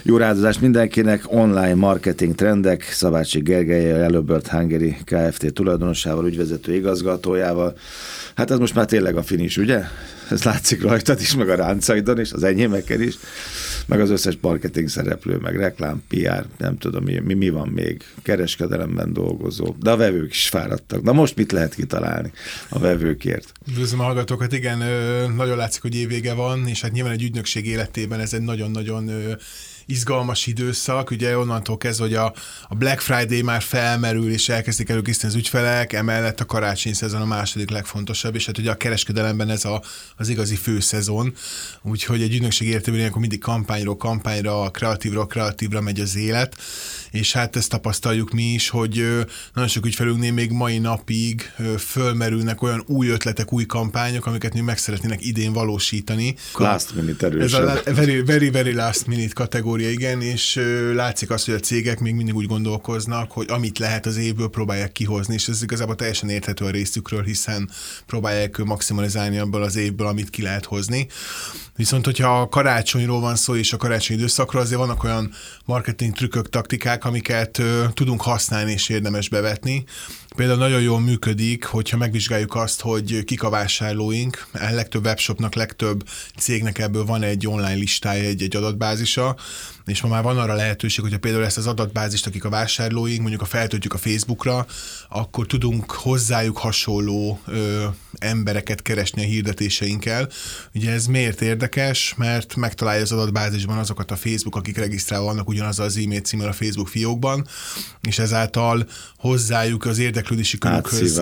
Jó rádozást mindenkinek, online marketing trendek, Szabácsi Gergellyel, Yellow Bird Hungary Kft. Tulajdonosával, ügyvezető igazgatójával. Hát ez most már tényleg a finish, ugye? Ez látszik rajtad is, meg a ráncaidon is, az enyémeken is, meg az összes marketing szereplő, meg reklám, PR, nem tudom, mi van még, kereskedelemben dolgozó, de a vevők is fáradtak. Na most mit lehet kitalálni a vevőkért? Üdvözlöm a hallgatókat, igen, nagyon látszik, hogy évvége van, és hát nyilván egy ügynökség életében ez egy nagyon-nagyon izgalmas időszak, ugye onnantól kezdve, hogy a Black Friday már felmerül, és elkezdik előkészíteni az ügyfelek, emellett a karácsony szezon a második legfontosabb, és hát ugye a kereskedelemben ez az igazi főszezon, úgyhogy egy ügynökség életében ilyenkor mindig kampányról kampányra, kreatívra megy az élet, és hát ezt tapasztaljuk mi is, hogy nagyon sok ügyfelünknél még mai napig fölmerülnek olyan új ötletek, új kampányok, amiket mi meg szeretnének idén valósítani. Last minute erősen. Ez a very last minute kategória, igen, és látszik azt, hogy a cégek még mindig úgy gondolkoznak, hogy amit lehet az évből próbálják kihozni, és ez igazából teljesen érthető a részükről, hiszen próbálják maximalizálni abból az évből, amit ki lehet hozni. Viszont, hogyha a karácsonyról van szó, és a karácsonyi időszakról, azért vannak olyan marketing trükkök, taktikák, amiket tudunk használni, és érdemes bevetni. Például nagyon jól működik, hogyha megvizsgáljuk azt, hogy kik a vásárlóink. A legtöbb webshopnak, legtöbb cégnek ebből van egy online listája, egy adatbázisa, és ma már van arra lehetőség, hogyha például ezt az adatbázist, akik a vásárlóink, mondjuk feltöltjük a Facebookra, akkor tudunk hozzájuk hasonló embereket keresni a hirdetéseinkkel. Ugye ez miért érdekes? Mert megtalálja az adatbázisban azokat a Facebook, akik regisztrálva vannak ugyanazzal az e-mail címmel a Facebook fiókban, és ezáltal hozzájuk az érdeklődési körükhöz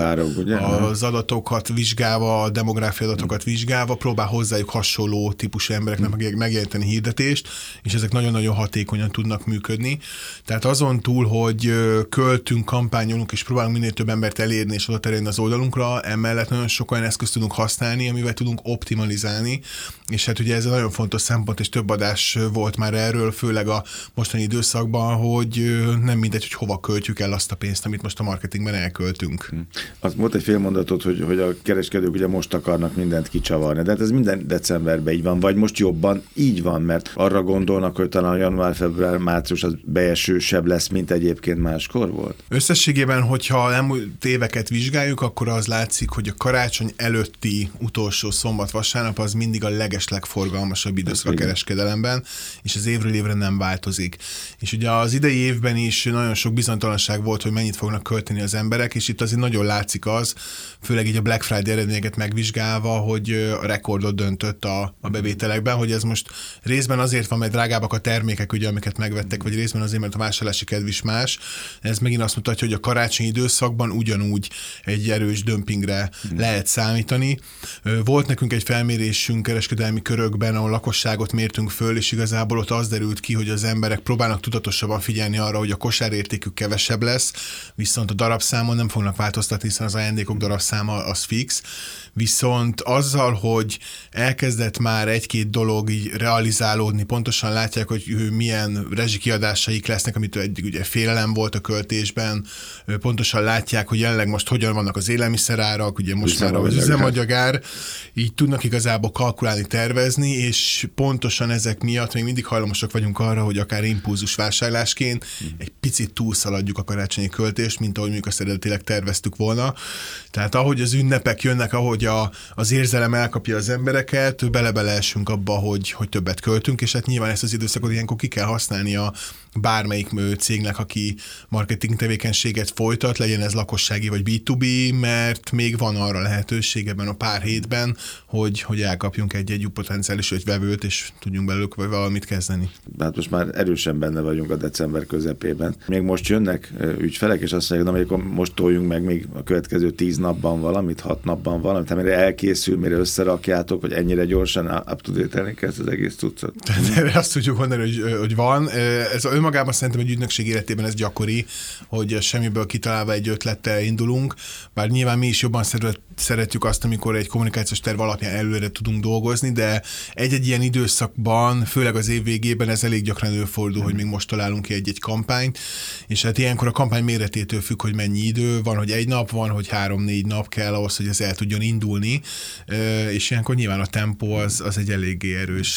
az adatokat vizsgálva, a demográfiai adatokat vizsgálva, próbál hozzájuk hasonló típusú embereknek megjelenteni hirdetést, és ezek nagyon-nagyon hatékonyan tudnak működni. Tehát azon túl, hogy költünk, kampányolunk, és próbálunk minél több embert elérni, és oda terelni az oldalunkra, emellett nagyon sok olyan eszközt tudunk használni, amivel tudunk optimalizálni, és hát ugye ez egy nagyon fontos szempont, és több adás volt már erről, főleg a mostani időszakban, hogy nem mindegy, hogy hova költjük el azt a pénzt, amit most a marketingben elköltünk. Az volt egy fél mondatot, hogy a kereskedők ugye most akarnak mindent kicsavarni, de hát ez minden decemberben így van, vagy most jobban így van, mert arra gondolnak, hogy talán január, február, március az beesősebb lesz, mint egyébként máskor volt? Összességében, hogyha elmúlt éveket vizsgáljuk, akkor az látszik, hogy a karácsony előtti utolsó szombat, vasárnap az mindig a legeslegforgalmasabb időszak a kereskedelemben, és az évről évre nem változik. És ugye az idei évben is nagyon sok bizonytalanság volt, hogy mennyit fognak költeni az emberek, és itt azért nagyon látszik az, főleg így a Black Friday eredményeket megvizsgálva, hogy a rekordot döntött a bevételekben, hogy ez most részben azért van, mert drágábbak a termékek, ugye, amiket megvettek, vagy részben azért, mert a vásárlási kedv is más. Ez megint azt mutatja, hogy a karácsonyi időszakban ugyanúgy egy erős dömpingre lehet számítani. Volt nekünk egy felmérésünk kereskedelmi körökben, ahol lakosságot mértünk föl, és igazából ott az derült ki, hogy az emberek próbálnak tudatosabban figyelni arra, hogy a kosárértékük kevesebb lesz, viszont a darabszámon nem fognak változtatni, hiszen az ajándékok darabszáma az fix. Viszont azzal, hogy elkezdett már egy-két dolog így realizálódni, pontosan látják, hogy milyen rezsikiadásaik lesznek, amit eddig ugye félelem volt a költésben, pontosan látják, hogy jelenleg most hogyan vannak az élelmiszerárak, ugye most már az üzemanyagár, így tudnak igazából kalkulálni, tervezni, és pontosan ezek miatt még mindig hajlamosak vagyunk arra, hogy akár impulzus vásárlásként egy picit túlszaladjuk a karácsonyi költést, mint ahogy mondjuk azt eredetileg terveztük volna. Tehát ahogy az ünnepek jönnek, ahogy az érzelem elkapja az embereket, bele-beleesünk abba, hogy többet költünk, és hát nyilván ezt az időszakot ilyenkor ki kell használni a bármelyik cégnek, aki marketing tevékenységet folytat, legyen ez lakossági vagy B2B, mert még van arra lehetőség ebben a pár hétben, hogy elkapjunk egy potenciális vevőt, és tudjunk belőlük valamit kezdeni. Hát most már erősen benne vagyunk a december közepében. Még most jönnek ügyfelek, és azt mondják, hogy most toljunk meg még a következő 10 napban valamit, 6 napban valamit, tehát mire elkészül, mire összerakjátok, hogy ennyire gyorsan up-to-date-elni kezd az egész cuccot. Tehát azt tudjuk mondani, hogy van. Ez önmagában szerintem egy ügynökség életében ez gyakori, hogy semmiből kitalálva egy ötlettel indulunk, bár nyilván mi is jobban szeretjük azt, amikor egy kommunikációs terv alapján előre tudunk dolgozni, de egy-egy ilyen időszakban, főleg az év végében ez elég gyakran előfordul, hogy még most találunk ki egy-egy kampányt, és hát ilyenkor a kampány méretétől függ, hogy mennyi idő, van, hogy 1 nap, van, hogy 3-4 nap kell ahhoz, hogy ez el tudjon indulni, és ilyenkor nyilván a tempó az egy eléggé erős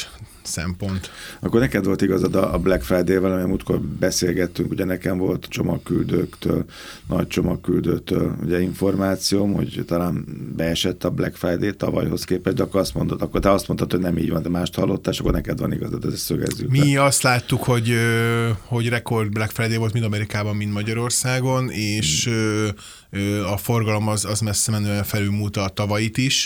szempont. Akkor neked volt igazad a Black Friday-vel, amely múltkor beszélgettünk, ugye nekem volt csomagküldőktől, nagy csomagküldőtől ugye információm, hogy talán beesett a Black Friday tavalyhoz képest, de akkor te azt mondtad, hogy nem így van, de mást hallottál, és akkor neked van igazad, ezt szögezzük. Mi azt láttuk, hogy rekord Black Friday volt mind Amerikában, mind Magyarországon, és a forgalom az messze menően felülmúlta a tavalyit is,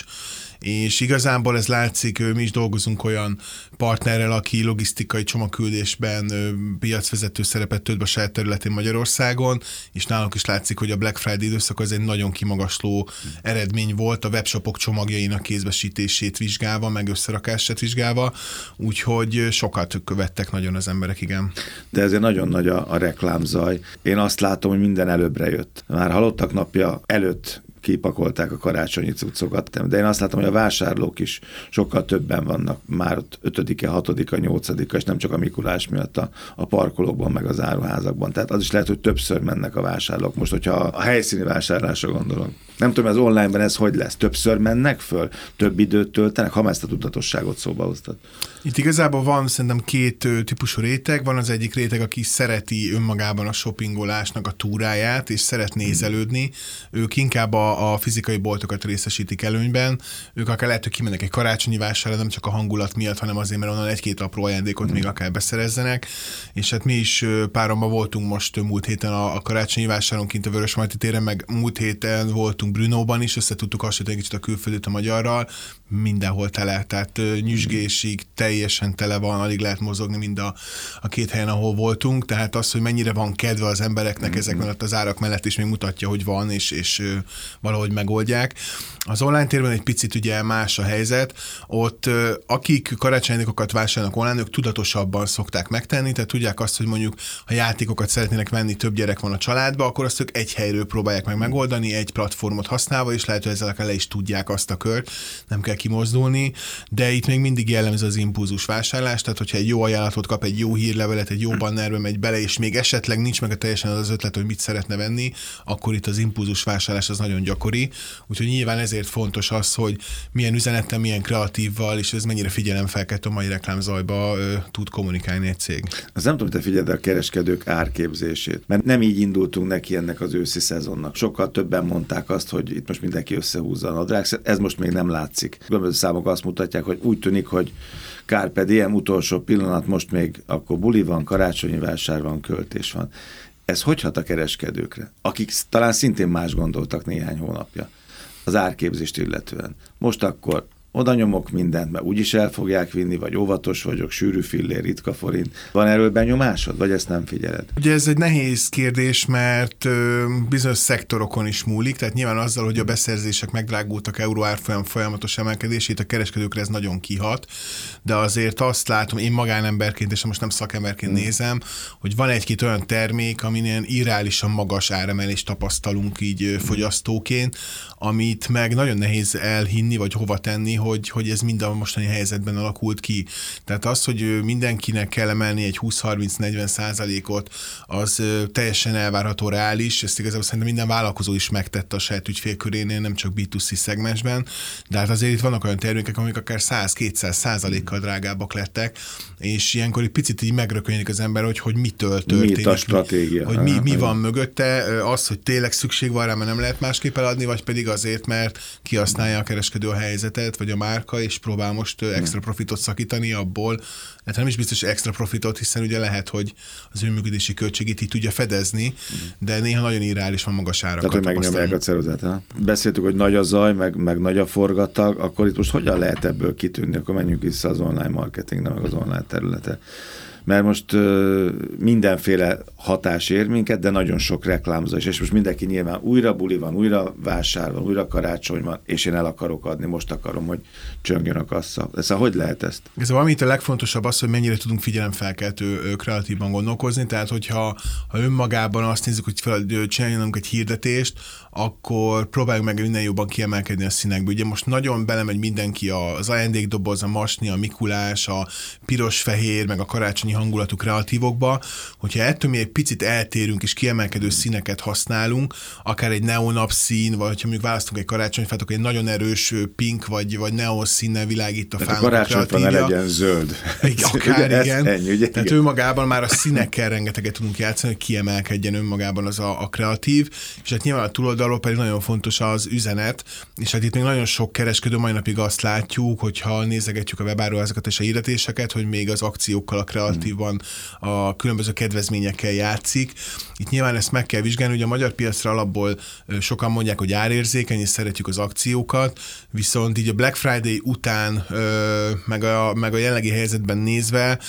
és igazából ez látszik, mi is dolgozunk olyan partnerrel, aki logisztikai csomagküldésben piacvezető szerepet tölt be a saját területén Magyarországon, és nálunk is látszik, hogy a Black Friday időszak az egy nagyon kimagasló eredmény volt a webshopok csomagjainak kézbesítését vizsgálva, meg összerakását vizsgálva, úgyhogy sokat követtek nagyon az emberek, igen. De ezért nagyon nagy a reklámzaj. Én azt látom, hogy minden előbbre jött. Már halottak napja előtt kipakolták a karácsonyi cuccokat, de én azt látom, hogy a vásárlók is sokkal többen vannak, már 5-e, 6-a, 8-a, és nem csak a Mikulás miatt a parkolókban, meg az áruházakban. Tehát az is lehet, hogy többször mennek a vásárlók. Most, hogyha a helyszíni vásárlásra gondolom. Nem tudom, az online-ben ez hogy lesz? Többször mennek föl? Több időt töltenek? Ha ezt a tudatosságot szóba hoztad. Itt igazából van szerintem két típusú réteg. Van az egyik réteg, aki szereti önmagában a shoppingolásnak a túráját, és szeret nézelődni. Ők inkább a fizikai boltokat részesítik előnyben. Ők akár lehet, hogy kimennek egy karácsonyi vásárra, nem csak a hangulat miatt, hanem azért, mert onnan egy-két apró ajándékot még akár beszerezzenek. És hát mi is páromban voltunk most múlt héten a karácsonyi vásáron kint a Vörösmarty téren, meg múlt héten voltunk Brunóban is, össze tudtuk hasonlítani kicsit a külföldöt a magyarral, mindenhol tele, tehát nyüzsgésig teljesen tele van, alig lehet mozogni mind a két helyen, ahol voltunk, tehát az, hogy mennyire van kedve az embereknek ezek mellett az árak mellett is még mutatja, hogy van, és valahogy megoldják. Az online térben egy picit ugye más a helyzet, ott akik karácsonyajándékokat vásárolnak online, ők tudatosabban szokták megtenni, tehát tudják azt, hogy mondjuk ha játékokat szeretnének venni, több gyerek van a családban, akkor azt ők egy helyről próbálják meg megoldani, egy platformot használva, és lehet, hogy ezzel le is tudják azt a kört, nem kell kimozdulni, de itt még mindig jellemző az impulzus vásárlás, tehát hogyha egy jó ajánlatot kap, egy jó hírlevelet, egy jó bannerbe megy bele, és még esetleg nincs meg teljesen az ötlet, hogy mit szeretne venni, akkor itt az impulzus vásárlás az nagyon gyakori, úgyhogy nyilván ezért fontos az, hogy milyen üzenettel, milyen kreatívval, és ez mennyire figyelemfelkeltő mai reklámzajba tud kommunikálni egy cég. Az nem tudom, hogy te figyeld a kereskedők árképzését, mert nem így indultunk neki ennek az őszi szezonnak. Sokkal többen mondták azt, hogy itt most mindenki összehúzza a nadrágszert, ez most még nem látszik. Különböző számok azt mutatják, hogy úgy tűnik, hogy carpe diem, utolsó pillanat, most még akkor buli van, karácsonyi vásár van, költés van. Ez hogy hat a kereskedőkre, akik talán szintén más gondoltak néhány hónapja az árképzést illetően. Most akkor oda nyomok mindent, mert úgyis el fogják vinni, vagy óvatos vagyok, sűrű fillér, ritka forint. Van erről benyomásod, vagy ezt nem figyeled? Ugye ez egy nehéz kérdés, mert bizonyos szektorokon is múlik, tehát nyilván azzal, hogy a beszerzések megdrágultak, euróárfolyam folyamatos emelkedését, a kereskedőkre ez nagyon kihat, de azért azt látom, én magánemberként, és most nem szakemberként nézem, hogy van egy-két olyan termék, aminél irreálisan magas áremelést tapasztalunk így fogyasztóként, amit meg nagyon nehéz elhinni, vagy hova tenni, hogy ez mind a mostani helyzetben alakult ki. Tehát az, hogy mindenkinek kell emelni egy 20-30-40%-ot, az teljesen elvárható reális, ezt igazából szerintem minden vállalkozó is megtette a saját ügyfélkörénél, nem csak B2C szegmensben, de hát azért itt vannak olyan termékek, amik akár 100-200%-kal drágábbak lettek, és ilyenkor egy picit így megrökönyödik az ember, hogy mitől történik. Mi a stratégia? Hogy mi van mögötte, az, hogy tényleg szükség van rá, mert nem lehet másképp eladni, vagy pedig azért, mert kihasználja a kereskedő a helyzetet, vagy a márka, és próbál most extra profitot szakítani abból. Hát nem is biztos extra profitot, hiszen ugye lehet, hogy az önműködési költségét így tudja fedezni, de néha nagyon irreális van magas árakat. Tehát, hogy megnyomják a ceruzát. Beszéltük, hogy nagy a zaj, meg nagy a forgatag, akkor itt most hogyan lehet ebből kitűnni? Akkor menjünk vissza az online marketingre, meg az online területe. Mert most mindenféle hatás ér minket, de nagyon sok reklámzás, és most mindenki nyilván újra buli van, újra vásár van, újra karácsony van, és én el akarok adni, most akarom, hogy csöngjön a kassa. Szóval hogy lehet ezt? Ez amit a legfontosabb az, hogy mennyire tudunk figyelemfelkeltő kreatívan gondolkozni, tehát hogyha önmagában azt nézzük, hogy csináljunk egy hirdetést, akkor próbáljuk meg minden jobban kiemelkedni a színekbe. Ugye most nagyon belemegy mindenki az ajándékdoboz, a masni, a Mikulás, a piros-fehér, meg a karácsonyi hangulatú kreatívokba, hogyha ettől mi egy picit eltérünk és kiemelkedő színeket használunk, akár egy neonapszín, vagy ha mondjuk választunk egy karácsonyfát, akkor egy nagyon erős pink vagy neon színnel világít a fának. A karácsonyfa ne legyen zöld. Akár igen. Ennyi, ugye? Tehát önmagában már a színekkel rengeteget tudunk játszani, hogy kiemelkedjen önmagában az a kreatív, és hát nyilván a túloldalról pedig nagyon fontos az üzenet, és hát itt még nagyon sok kereskedő mai napig azt látjuk, hogyha nézegetjük a webáruházakat és a hirdetéseket, hogy még az akciókkal, a kreatívban a különböző kedvezményekkel játszik. Itt nyilván ezt meg kell vizsgálni, hogy a magyar piacra alapból sokan mondják, hogy árérzékeny, és szeretjük az akciókat, viszont így a Black Friday után, meg a jelenlegi helyzetben nézve,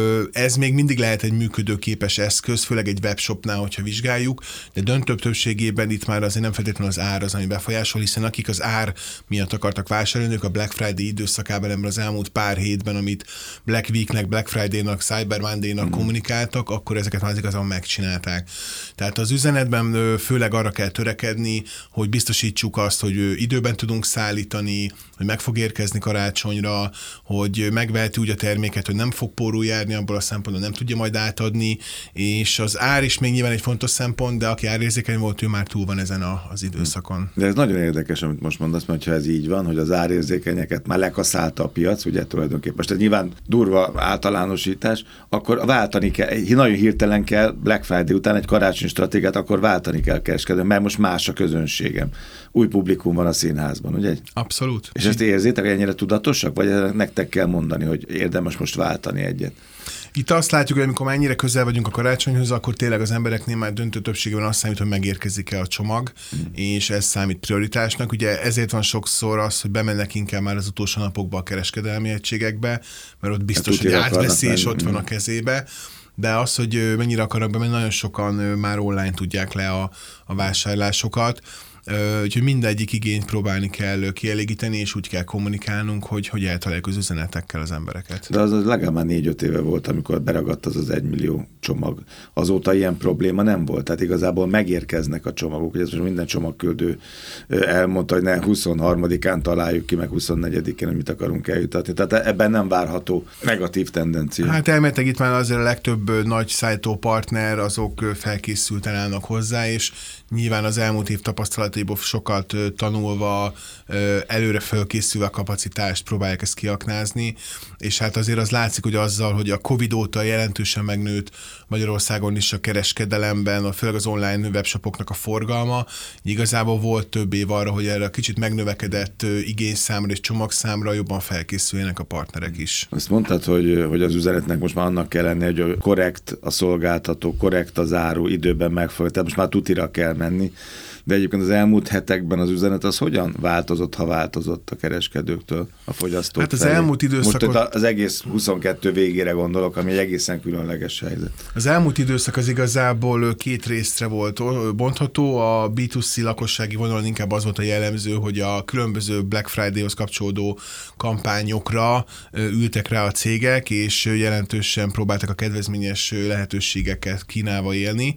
ez még mindig lehet egy működőképes eszköz, főleg egy webshopnál, hogyha vizsgáljuk, de döntőbb többségében itt már azért nem feltétlenül az ár az, ami befolyásol, hiszen akik az ár miatt akartak vásárolni, ők a Black Friday időszakában, ebben az elmúlt pár hétben, amit Black Weeknek, Black Friday-nak, Cyber Monday-nak kommunikáltak, akkor ezeket már igazából megcsinálták. Tehát az üzenetben főleg arra kell törekedni, hogy biztosítsuk azt, hogy időben tudunk szállítani, hogy meg fog érkezni karácsonyra, hogy megveheti úgy a terméket, hogy nem fog pórul járni, abból a szempontból nem tudja majd átadni, és az ár is még nyilván egy fontos szempont, de aki árérzékeny volt, ő már túl van ezen az időszakon. De ez nagyon érdekes, amit most mondasz, mert ha ez így van, hogy az árérzékenyeket már lekaszálta a piac, ugye tulajdonképpen. Tehát nyilván durva általánosítás, akkor váltani kell, nagyon hirtelen kell Black Friday után egy karácsony stratégiát, akkor váltani kell kereskedni, mert most más a közönségem. Új publikum van a színházban, ugye? Abszolút. És ezt érzitek, hogy ennyire tudatosak, vagy nektek kell mondani, hogy érdemes most váltani egyet? Itt azt látjuk, hogy amikor mennyire közel vagyunk a karácsonyhoz, akkor tényleg az embereknél már döntő többségében azt számít, hogy megérkezik-e a csomag, és ez számít prioritásnak. Ugye ezért van sokszor az, hogy bemennek inkább már az utolsó napokba a kereskedelmi egységekbe, mert ott biztos, hogy átveszi, és ott van a kezébe. De az, hogy mennyire akarnak bemenni, nagyon sokan már online tudják le a vásárlásokat. Úgyhogy mindegyik igényt próbálni kell kielégíteni, és úgy kell kommunikálnunk, hogy eltaláljuk az üzenetekkel az embereket. De az legalább már 4-5 éve volt, amikor beragadt az 1 millió csomag. Azóta ilyen probléma nem volt. Tehát igazából megérkeznek a csomagok. Ez most minden csomagküldő elmondta, hogy ne 23-án találjuk ki, meg 24-én, amit akarunk eljutatni. Tehát ebben nem várható negatív tendencia. Hát elméletileg itt már azért a legtöbb nagy szállítópartner, azok felkészülten állnak hozzá, és nyilván az elmúlt év tapasztalataiból sokat tanulva, előre felkészülve a kapacitást próbálják ezt kiaknázni, és hát azért az látszik, hogy azzal, hogy a Covid óta jelentősen megnőtt Magyarországon is a kereskedelemben, főleg az online webshopoknak a forgalma, igazából volt több év arra, hogy erre a kicsit megnövekedett igényszámra és csomagszámra jobban felkészüljenek a partnerek is. Azt mondtad, hogy az üzenetnek most már annak kell lenni, hogy korrekt a szolgáltató, korrekt az áru, időben megfog, tehát most már tutira kell menni. De egyébként az elmúlt hetekben az üzenet az hogyan változott, ha változott a kereskedőktől a fogyasztók Hát az felé? elmúlt időszakot... Most az egész 22 végére gondolok, ami egy egészen különleges helyzet. Az elmúlt időszak az igazából két részre volt bontható. A B2C lakossági vonalon inkább az volt a jellemző, hogy a különböző Black Friday-hoz kapcsolódó kampányokra ültek rá a cégek, és jelentősen próbáltak a kedvezményes lehetőségeket kínálva élni.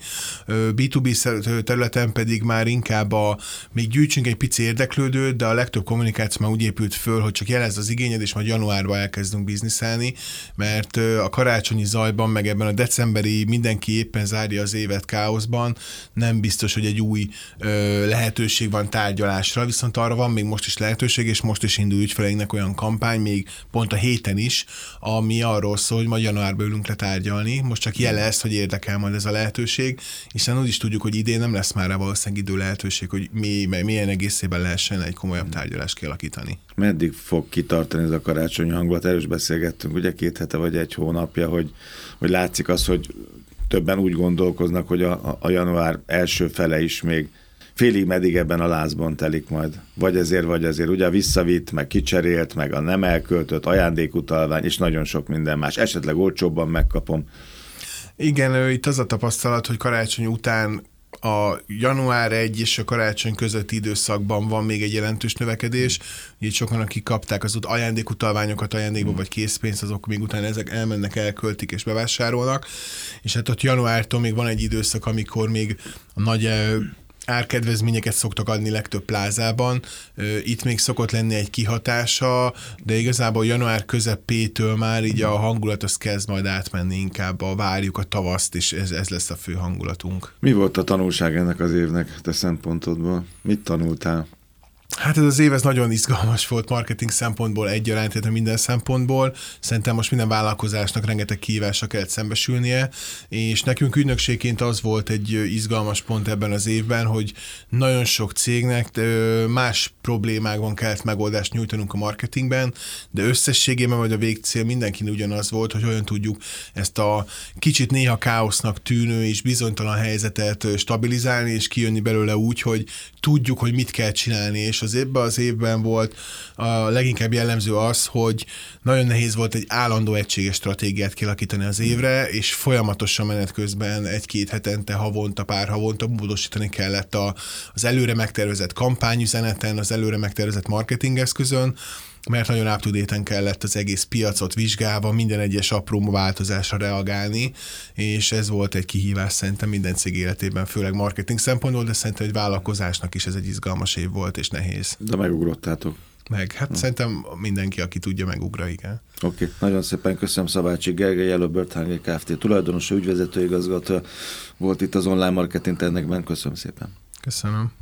B2B területen pedig már inkább még gyűjtsünk egy pici érdeklődőt, de a legtöbb kommunikáció már úgy épült föl, hogy csak jelezd az igényed, és majd januárban elkezdünk bizniszelni, mert a karácsonyi zajban, meg ebben a decemberi mindenki éppen zárja az évet káoszban, nem biztos, hogy egy új lehetőség van tárgyalásra, viszont arra van még most is lehetőség, és most is indul ügyfeleinknek olyan kampány, még pont a héten is, ami arról szól, hogy majd januárban ülünk le tárgyalni. Most csak jelezd, hogy érdekel majd ez a lehetőség, hiszen úgy is tudjuk, hogy idén nem lesz már rá valószínűleg idő lehetőség, hogy milyen egészében lehessen egy komolyabb tárgyalást kialakítani. Meddig fog kitartani ez a karácsonyi hangulat? Erről is beszélgettünk, ugye 2 hete vagy 1 hónapja, hogy látszik az, hogy többen úgy gondolkoznak, hogy a január első fele is még félig meddig ebben a lázban telik majd. Vagy ezért, ugye a visszavitt, meg kicserélt, meg a nem elköltött ajándékutalvány, és nagyon sok minden más. Esetleg olcsóbban megkapom. Igen, itt az a tapasztalat, hogy karácsony után a január 1 és a karácsony közötti időszakban van még egy jelentős növekedés. Így sokan, akik kapták az ajándékutalványokat ajándékba vagy készpénzt, azok még utána ezek elmennek, elköltik és bevásárolnak. És hát ott januártól még van egy időszak, amikor még a nagy árkedvezményeket szoktak adni legtöbb plázában. Itt még szokott lenni egy kihatása, de igazából január közepétől már így a hangulat az kezd majd átmenni inkább, várjuk a tavaszt, és ez lesz a fő hangulatunk. Mi volt a tanulság ennek az évnek te szempontodból? Mit tanultál? Hát ez az év ez nagyon izgalmas volt marketing szempontból egyaránt, tehát minden szempontból. Szerintem most minden vállalkozásnak rengeteg kihívásra kellett szembesülnie, és nekünk ügynökségként az volt egy izgalmas pont ebben az évben, hogy nagyon sok cégnek más problémákban kellett megoldást nyújtanunk a marketingben, de összességében vagy a végcél mindenkinek ugyanaz volt, hogy olyan tudjuk ezt a kicsit néha káosznak tűnő és bizonytalan helyzetet stabilizálni, és kijönni belőle úgy, hogy tudjuk, hogy mit kell csinálni, és ebben az évben volt a leginkább jellemző az, hogy nagyon nehéz volt egy állandó egységes stratégiát kialakítani az évre, és folyamatosan menet közben egy-két hetente, havonta, pár havonta módosítani kellett az előre megtervezett kampányüzeneten, az előre megtervezett marketingeszközön, mert nagyon up-to-date-en kellett az egész piacot vizsgálva, minden egyes apró változásra reagálni, és ez volt egy kihívás szerintem minden cég életében, főleg marketing szempontból, de szerintem egy vállalkozásnak is ez egy izgalmas év volt, és nehéz. De megugrottátok. Hát szerintem mindenki, aki tudja, megugra, igen. Oké. Nagyon szépen köszönöm Szabácsi Gergely, Yellow Bird Hungary Kft. Tulajdonosa, ügyvezető igazgató volt itt az online marketing trendekben. Köszönöm szépen. Köszönöm.